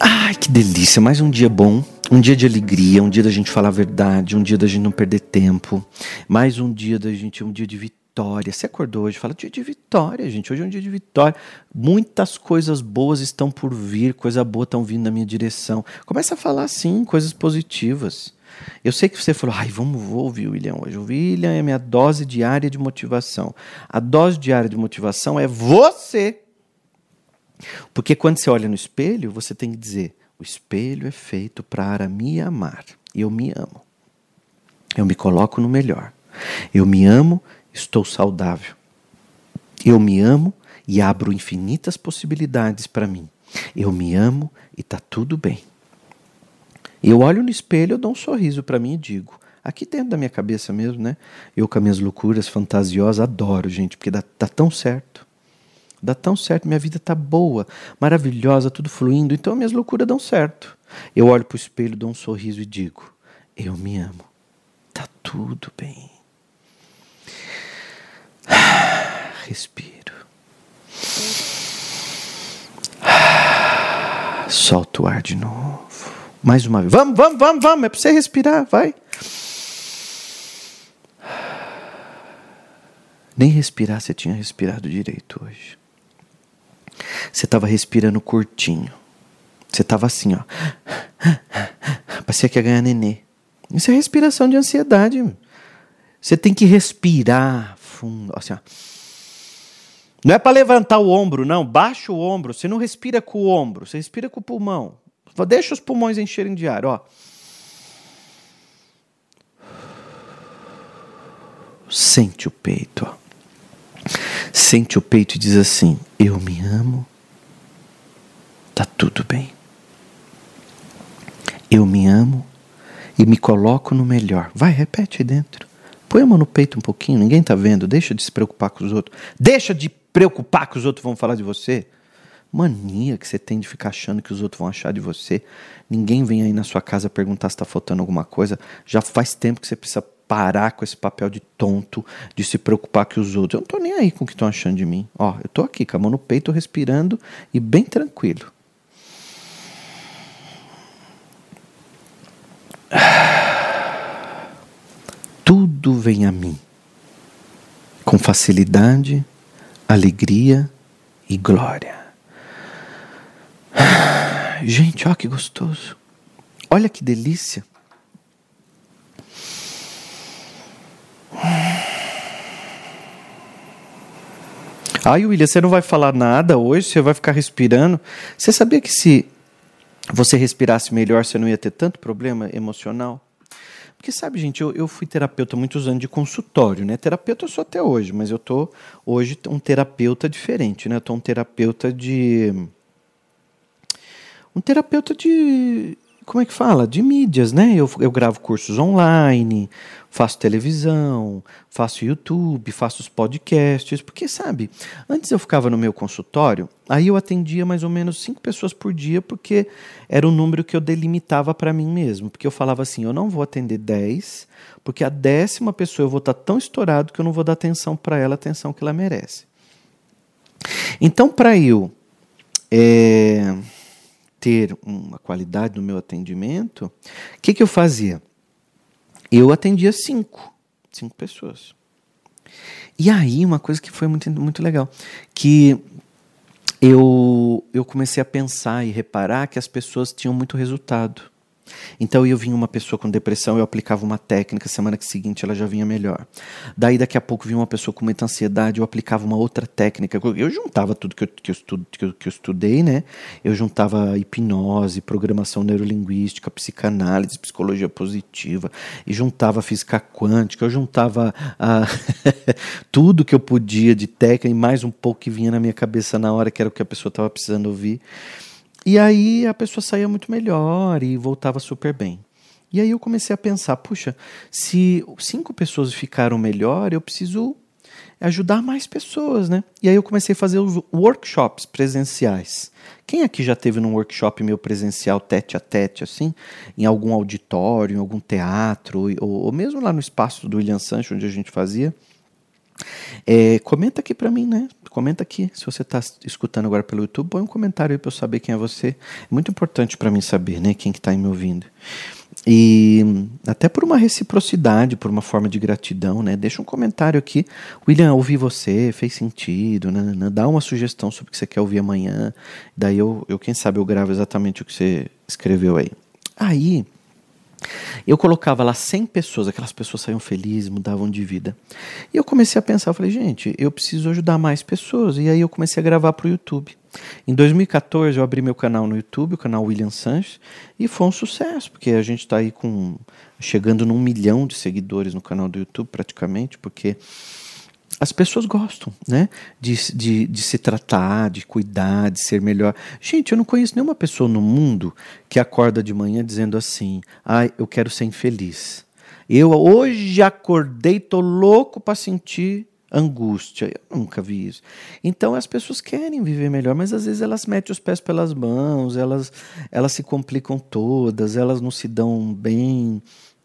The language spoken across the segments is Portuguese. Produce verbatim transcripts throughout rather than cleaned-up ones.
Ai, que delícia, mais um dia bom, um dia de alegria, um dia da gente falar a verdade, um dia da gente não perder tempo, mais um dia da gente, um dia de vitória. Você acordou hoje, fala dia de vitória, gente, hoje é um dia de vitória, muitas coisas boas estão por vir, coisa boa estão vindo na minha direção. Começa a falar assim, coisas positivas. Eu sei que você falou, ai, vamos vou ouvir o William hoje. O William é minha dose diária de motivação. A dose diária de motivação é você. Porque quando você olha no espelho, você tem que dizer, o espelho é feito para me amar. E eu me amo. Eu me coloco no melhor. Eu me amo, estou saudável. Eu me amo e abro infinitas possibilidades para mim. Eu me amo e está tudo bem. Eu olho no espelho, eu dou um sorriso para mim e digo, aqui dentro da minha cabeça mesmo, né? Eu com as minhas loucuras fantasiosas adoro, gente, porque dá, dá tão certo. Dá tão certo, minha vida tá boa, maravilhosa, tudo fluindo, então minhas loucuras dão certo. Eu olho pro espelho, dou um sorriso e digo, eu me amo, tá tudo bem. Respiro. Solta o ar de novo. Mais uma vez. Vamos, vamos, vamos, vamos, é pra você respirar, vai. Nem respirar você tinha respirado direito hoje. Você estava respirando curtinho. Você estava assim, ó. Parecia que ia ganhar nenê. Isso é respiração de ansiedade. Você tem que respirar fundo. Assim, ó. Não é para levantar o ombro, não. Baixa o ombro. Você não respira com o ombro. Você respira com o pulmão. Deixa os pulmões encherem de ar, ó. Sente o peito, ó. Sente o peito e diz assim, eu me amo, tá tudo bem. Eu me amo e me coloco no melhor. Vai, repete aí dentro. Põe a mão no peito um pouquinho, ninguém tá vendo, deixa de se preocupar com os outros. Deixa de preocupar que os outros vão falar de você. Mania que você tem de ficar achando que os outros vão achar de você. Ninguém vem aí na sua casa perguntar se tá faltando alguma coisa. Já faz tempo que você precisa parar com esse papel de tonto, de se preocupar com os outros. Eu não tô nem aí com o que estão achando de mim. Ó, eu tô aqui com a mão no peito, respirando e bem tranquilo. Tudo vem a mim. Com facilidade, alegria e glória. Gente, ó que gostoso. Olha que delícia. Ai, William, você não vai falar nada hoje, você vai ficar respirando. Você sabia que se você respirasse melhor, você não ia ter tanto problema emocional? Porque sabe, gente, eu, eu fui terapeuta há muitos anos de consultório, né? Terapeuta eu sou até hoje, mas eu tô hoje um terapeuta diferente, né? Eu tô um terapeuta de... Um terapeuta de... Como é que fala? De mídias, né? Eu, eu gravo cursos online, faço televisão, faço YouTube, faço os podcasts. Porque, sabe, antes eu ficava no meu consultório, aí eu atendia mais ou menos cinco pessoas por dia, porque era o número que eu delimitava para mim mesmo. Porque eu falava assim, eu não vou atender dez, porque a décima pessoa eu vou estar tão estourado que eu não vou dar atenção para ela, a atenção que ela merece. Então, para eu... É... ter uma qualidade no meu atendimento, o que, que eu fazia? Eu atendia cinco, cinco pessoas. E aí, uma coisa que foi muito, muito legal, que eu, eu comecei a pensar e reparar que as pessoas tinham muito resultado. Então eu vinha uma pessoa com depressão, eu aplicava uma técnica, semana seguinte ela já vinha melhor. Daí daqui a pouco vinha uma pessoa com muita ansiedade, eu aplicava uma outra técnica. Eu juntava tudo que eu, que eu, estudo, que eu, que eu estudei, né? Eu juntava hipnose, programação neurolinguística, psicanálise, psicologia positiva, e juntava física quântica, eu juntava ah, tudo que eu podia de técnica e mais um pouco que vinha na minha cabeça na hora, que era o que a pessoa estava precisando ouvir. E aí a pessoa saía muito melhor e voltava super bem. E aí eu comecei a pensar, puxa, se cinco pessoas ficaram melhor, eu preciso ajudar mais pessoas, né? E aí eu comecei a fazer os workshops presenciais. Quem aqui já teve num workshop meu presencial, tete a tete, assim? Em algum auditório, em algum teatro, ou, ou mesmo lá no espaço do William Sancho, onde a gente fazia? É, comenta aqui pra mim, né? Comenta aqui. Se você tá escutando agora pelo YouTube, põe um comentário aí pra eu saber quem é você. É muito importante pra mim saber, né? Quem que tá aí me ouvindo. E até por uma reciprocidade, por uma forma de gratidão, né? Deixa um comentário aqui. William, ouvi você, fez sentido, né? Dá uma sugestão sobre o que você quer ouvir amanhã. Daí eu, eu quem sabe, eu gravo exatamente o que você escreveu aí. Aí, eu colocava lá cem pessoas, aquelas pessoas saíam felizes, mudavam de vida. E eu comecei a pensar, eu falei, gente, eu preciso ajudar mais pessoas. E aí eu comecei a gravar para o YouTube. Em dois mil e quatorze eu abri meu canal no YouTube, o canal William Sanches, e foi um sucesso, porque a gente está aí com chegando num milhão de seguidores no canal do YouTube praticamente, porque as pessoas gostam, né, de, de, de se tratar, de cuidar, de ser melhor. Gente, eu não conheço nenhuma pessoa no mundo que acorda de manhã dizendo assim, ah, eu quero ser infeliz. Eu hoje acordei, tô louco para sentir angústia. Eu nunca vi isso. Então as pessoas querem viver melhor, mas às vezes elas metem os pés pelas mãos, elas, elas se complicam todas, elas não se dão bem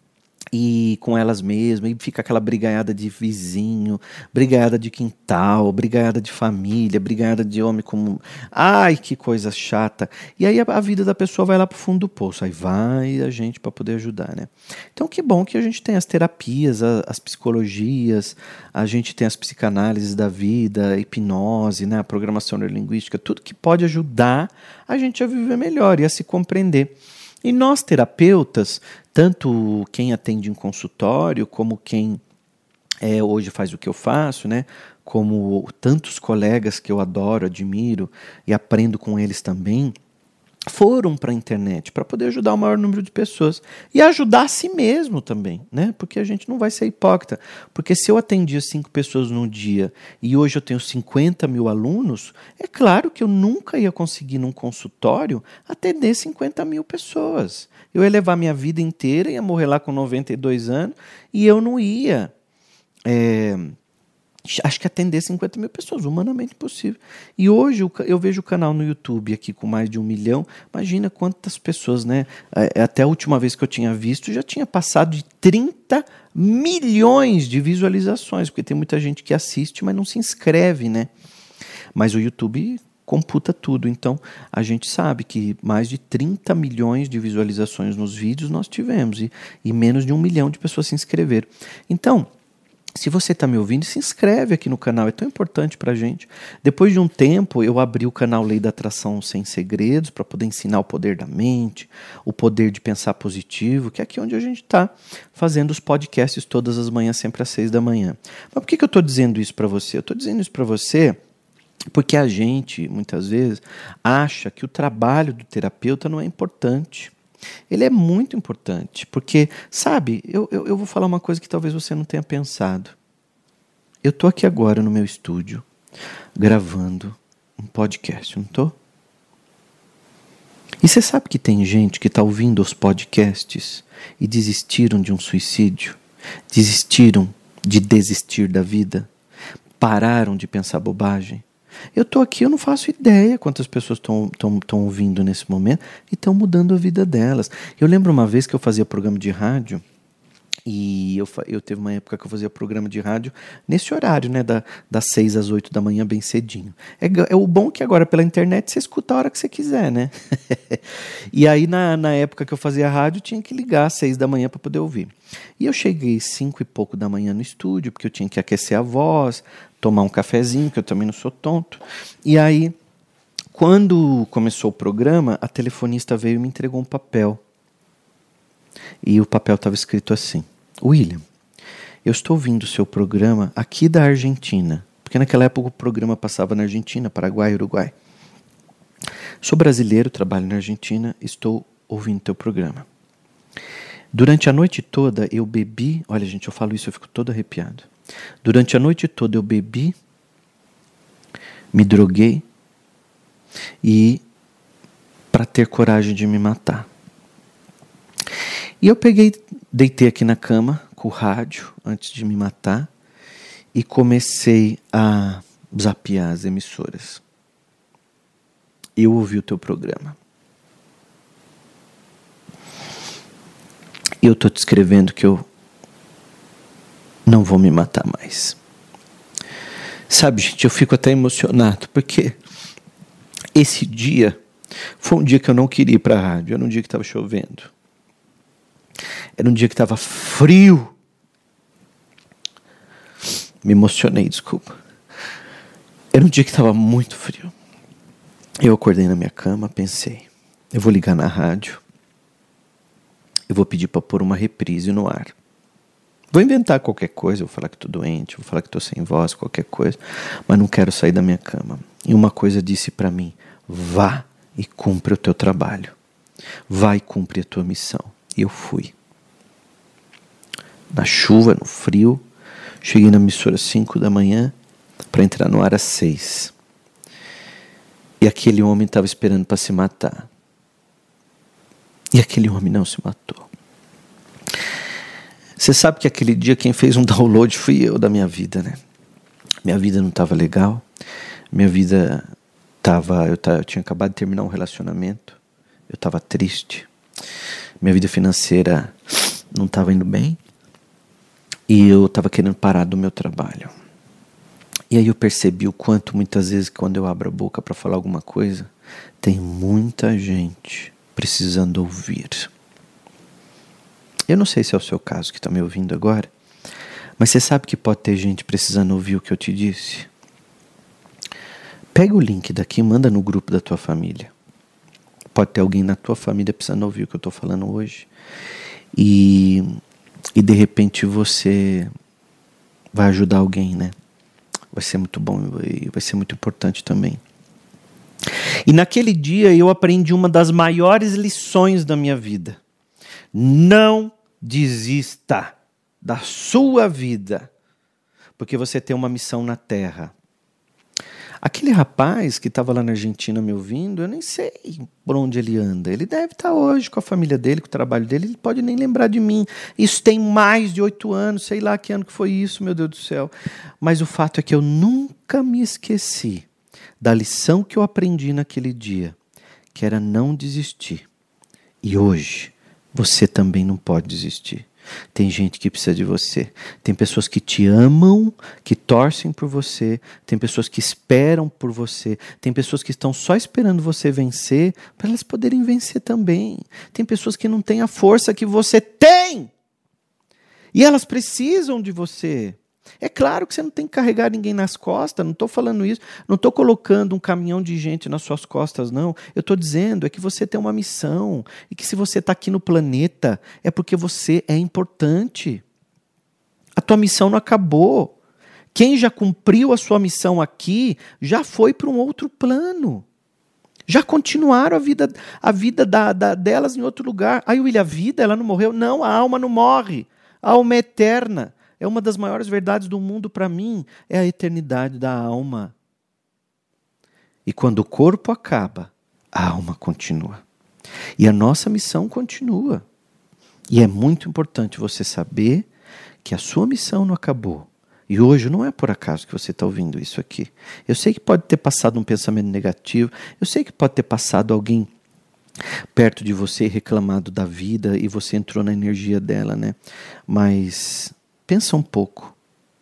e com elas mesmas, e fica aquela brigaiada de vizinho, brigaiada de quintal, brigaiada de família, brigaiada de homem como... Ai, que coisa chata. E aí a, a vida da pessoa vai lá pro fundo do poço, aí vai a gente para poder ajudar, né? Então que bom que a gente tem as terapias, a, as psicologias, a gente tem as psicanálises da vida, a hipnose, né? A programação neurolinguística, tudo que pode ajudar a gente a viver melhor e a se compreender. E nós, terapeutas, tanto quem atende em consultório, como quem é, hoje faz o que eu faço, né? Como tantos colegas que eu adoro, admiro e aprendo com eles também, foram para a internet para poder ajudar o maior número de pessoas e ajudar a si mesmo também, né? Porque a gente não vai ser hipócrita. Porque se eu atendia cinco pessoas num dia e hoje eu tenho cinquenta mil alunos, é claro que eu nunca ia conseguir num consultório atender cinquenta mil pessoas. Eu ia levar minha vida inteira, ia morrer lá com noventa e dois anos e eu não ia... É, acho que atender cinquenta mil pessoas, humanamente possível. E hoje eu vejo o canal no YouTube aqui com mais de um milhão. Imagina quantas pessoas, né? Até a última vez que eu tinha visto, já tinha passado de trinta milhões de visualizações, porque tem muita gente que assiste, mas não se inscreve, né? Mas o YouTube computa tudo. Então, a gente sabe que mais de trinta milhões de visualizações nos vídeos nós tivemos, e, e menos de um milhão de pessoas se inscreveram. Então, se você está me ouvindo, se inscreve aqui no canal, é tão importante para a gente. Depois de um tempo, eu abri o canal Lei da Atração Sem Segredos para poder ensinar o poder da mente, o poder de pensar positivo, que é aqui onde a gente está fazendo os podcasts todas as manhãs, sempre às seis da manhã. Mas por que, que eu estou dizendo isso para você? Eu estou dizendo isso para você porque a gente, muitas vezes, acha que o trabalho do terapeuta não é importante. Ele é muito importante, porque, sabe, eu, eu, eu vou falar uma coisa que talvez você não tenha pensado. Eu estou aqui agora no meu estúdio, gravando um podcast, não estou? E você sabe que tem gente que está ouvindo os podcasts e desistiram de um suicídio? Desistiram de desistir da vida? Pararam de pensar bobagem? Eu estou aqui, eu não faço ideia quantas pessoas estão ouvindo nesse momento e estão mudando a vida delas. Eu lembro uma vez que eu fazia programa de rádio, e eu, eu teve uma época que eu fazia programa de rádio nesse horário, né, da, das seis às oito da manhã, bem cedinho. É, é o bom que agora pela internet você escuta a hora que você quiser, né? E aí na, na época que eu fazia rádio, tinha que ligar às seis da manhã para poder ouvir. E eu cheguei cinco e pouco da manhã no estúdio, porque eu tinha que aquecer a voz, tomar um cafezinho, que eu também não sou tonto. E aí, quando começou o programa, a telefonista veio e me entregou um papel. E o papel estava escrito assim: William, eu estou ouvindo o seu programa aqui da Argentina, porque naquela época o programa passava na Argentina, Paraguai e Uruguai. Sou brasileiro, trabalho na Argentina, estou ouvindo teu programa. Durante a noite toda eu bebi, olha gente, eu falo isso, eu fico todo arrepiado. Durante a noite toda eu bebi, me droguei e para ter coragem de me matar. E eu peguei, deitei aqui na cama com o rádio antes de me matar e comecei a zapear as emissoras. Eu ouvi o teu programa. E eu estou te escrevendo que eu não vou me matar mais. Sabe, gente, eu fico até emocionado, porque esse dia foi um dia que eu não queria ir para a rádio, era um dia que estava chovendo. Era um dia que estava frio. Me emocionei, desculpa. Era um dia que estava muito frio. Eu acordei na minha cama, pensei, eu vou ligar na rádio, eu vou pedir para pôr uma reprise no ar. Vou inventar qualquer coisa, vou falar que estou doente, vou falar que estou sem voz, qualquer coisa, mas não quero sair da minha cama. E uma coisa disse para mim, vá e cumpre o teu trabalho. Vá e cumpre a tua missão. E eu fui. Na chuva, no frio, cheguei na emissora às cinco da manhã para entrar no ar às seis. E aquele homem estava esperando para se matar. E aquele homem não se matou. Você sabe que aquele dia quem fez um download fui eu da minha vida, né? Minha vida não estava legal. Minha vida estava... Eu, eu tinha acabado de terminar um relacionamento. Eu estava triste. Minha vida financeira não estava indo bem. E eu estava querendo parar do meu trabalho. E aí eu percebi o quanto muitas vezes quando eu abro a boca para falar alguma coisa, tem muita gente precisando ouvir. Eu não sei se é o seu caso que está me ouvindo agora, mas você sabe que pode ter gente precisando ouvir o que eu te disse? Pega o link daqui e manda no grupo da tua família. Pode ter alguém na tua família precisando ouvir o que eu estou falando hoje. E, e de repente você vai ajudar alguém, né? Vai ser muito bom e vai ser muito importante também. E naquele dia eu aprendi uma das maiores lições da minha vida. Não desista da sua vida, porque você tem uma missão na terra. Aquele rapaz que estava lá na Argentina me ouvindo, eu nem sei por onde ele anda. Ele deve estar hoje com a família dele, com o trabalho dele, ele pode nem lembrar de mim. Isso tem mais de oito anos, sei lá que ano que foi isso, meu Deus do céu. Mas o fato é que eu nunca me esqueci da lição que eu aprendi naquele dia, que era não desistir. E hoje, você também não pode desistir. Tem gente que precisa de você. Tem pessoas que te amam, que torcem por você. Tem pessoas que esperam por você. Tem pessoas que estão só esperando você vencer para elas poderem vencer também. Tem pessoas que não têm a força que você tem. E elas precisam de você. É claro que você não tem que carregar ninguém nas costas, não estou falando isso, não estou colocando um caminhão de gente nas suas costas, não. Eu estou dizendo é que você tem uma missão e que se você está aqui no planeta é porque você é importante. A tua missão não acabou. Quem já cumpriu a sua missão aqui já foi para um outro plano. Já continuaram a vida, a vida da, da, delas em outro lugar. Aí, William, a vida, ela não morreu? Não, a alma não morre. A alma é eterna. É uma das maiores verdades do mundo para mim, é a eternidade da alma. E quando o corpo acaba, a alma continua. E a nossa missão continua. E é muito importante você saber que a sua missão não acabou. E hoje não é por acaso que você está ouvindo isso aqui. Eu sei que pode ter passado um pensamento negativo, eu sei que pode ter passado alguém perto de você e reclamado da vida e você entrou na energia dela, né? Mas pensa um pouco.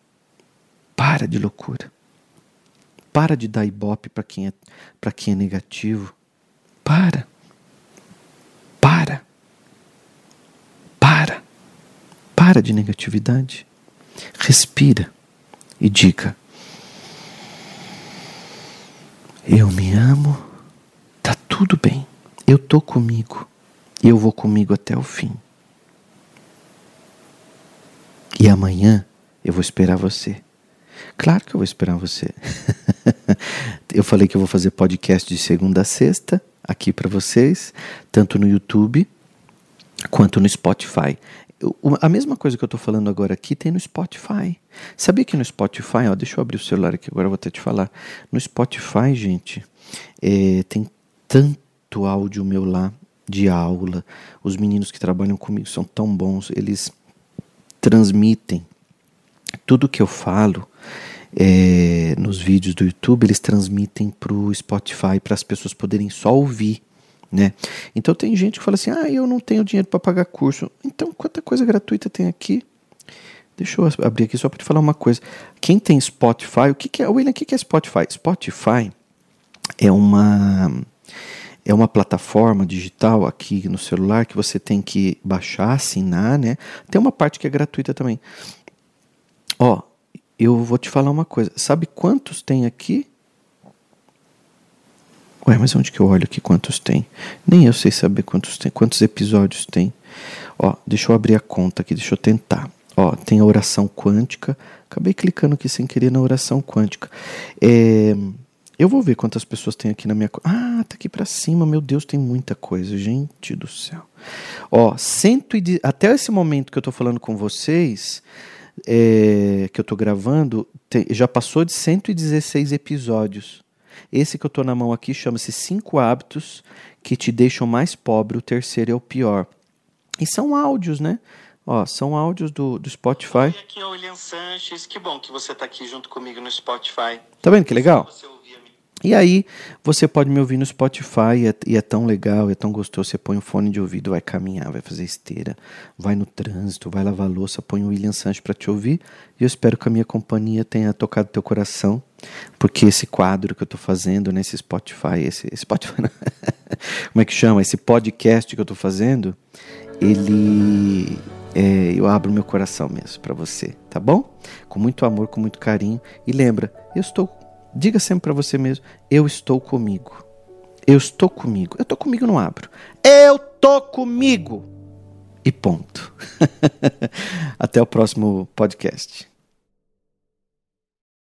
Para de loucura. Para de dar ibope para quem é, para quem é negativo. Para. Para. Para. Para de negatividade. Respira e diga: eu me amo, tá tudo bem, eu tô comigo e eu vou comigo até o fim. E amanhã eu vou esperar você. Claro que eu vou esperar você. Eu falei que eu vou fazer podcast de segunda a sexta aqui para vocês, tanto no YouTube quanto no Spotify. Eu, a mesma coisa que eu estou falando agora aqui tem no Spotify. Sabia que no Spotify, ó, deixa eu abrir o celular aqui agora, eu vou até te falar. No Spotify, gente, é, tem tanto áudio meu lá de aula. Os meninos que trabalham comigo são tão bons, eles transmitem tudo que eu falo é, nos vídeos do YouTube, eles transmitem para o Spotify para as pessoas poderem só ouvir, né? Então tem gente que fala assim: ah, eu não tenho dinheiro para pagar curso. Então quanta coisa gratuita tem aqui? Deixa eu abrir aqui só para te falar uma coisa. Quem tem Spotify, o que, que é, William, o que, que é Spotify? Spotify é uma, é uma plataforma digital aqui no celular que você tem que baixar, assinar, né? Tem uma parte que é gratuita também. Ó, eu vou te falar uma coisa. Sabe quantos tem aqui? Ué, mas onde que eu olho aqui quantos tem? Nem eu sei saber quantos tem, quantos episódios tem. Ó, deixa eu abrir a conta aqui, deixa eu tentar. Ó, tem a oração quântica. Acabei clicando aqui sem querer na oração quântica. É, eu vou ver quantas pessoas tem aqui na minha... Ah, tá aqui pra cima, meu Deus, tem muita coisa, gente do céu. Ó, cento e... até esse momento que eu tô falando com vocês, é, que eu tô gravando, tem... já passou de cento e dezesseis episódios. Esse que eu tô na mão aqui chama-se Cinco Hábitos que te deixam mais pobre, o terceiro é o pior. E são áudios, né? Ó, são áudios do, do Spotify. E aqui é o William Sanches, que bom que você tá aqui junto comigo no Spotify. Tá vendo que legal? Você ouvia -me. E aí, você pode me ouvir no Spotify, e é, e é tão legal, é tão gostoso, você põe um fone de ouvido, vai caminhar, vai fazer esteira, vai no trânsito, vai lavar louça, põe o William Sanches para te ouvir, e eu espero que a minha companhia tenha tocado teu coração, porque esse quadro que eu tô fazendo nesse Spotify, esse, esse Spotify, não, como é que chama? Esse podcast que eu tô fazendo, ele... É, eu abro meu coração mesmo para você, tá bom? Com muito amor, com muito carinho, e lembra, eu estou... Diga sempre para você mesmo, eu estou comigo. Eu estou comigo. Eu estou comigo, não abro. Eu estou comigo. E ponto. Até o próximo podcast.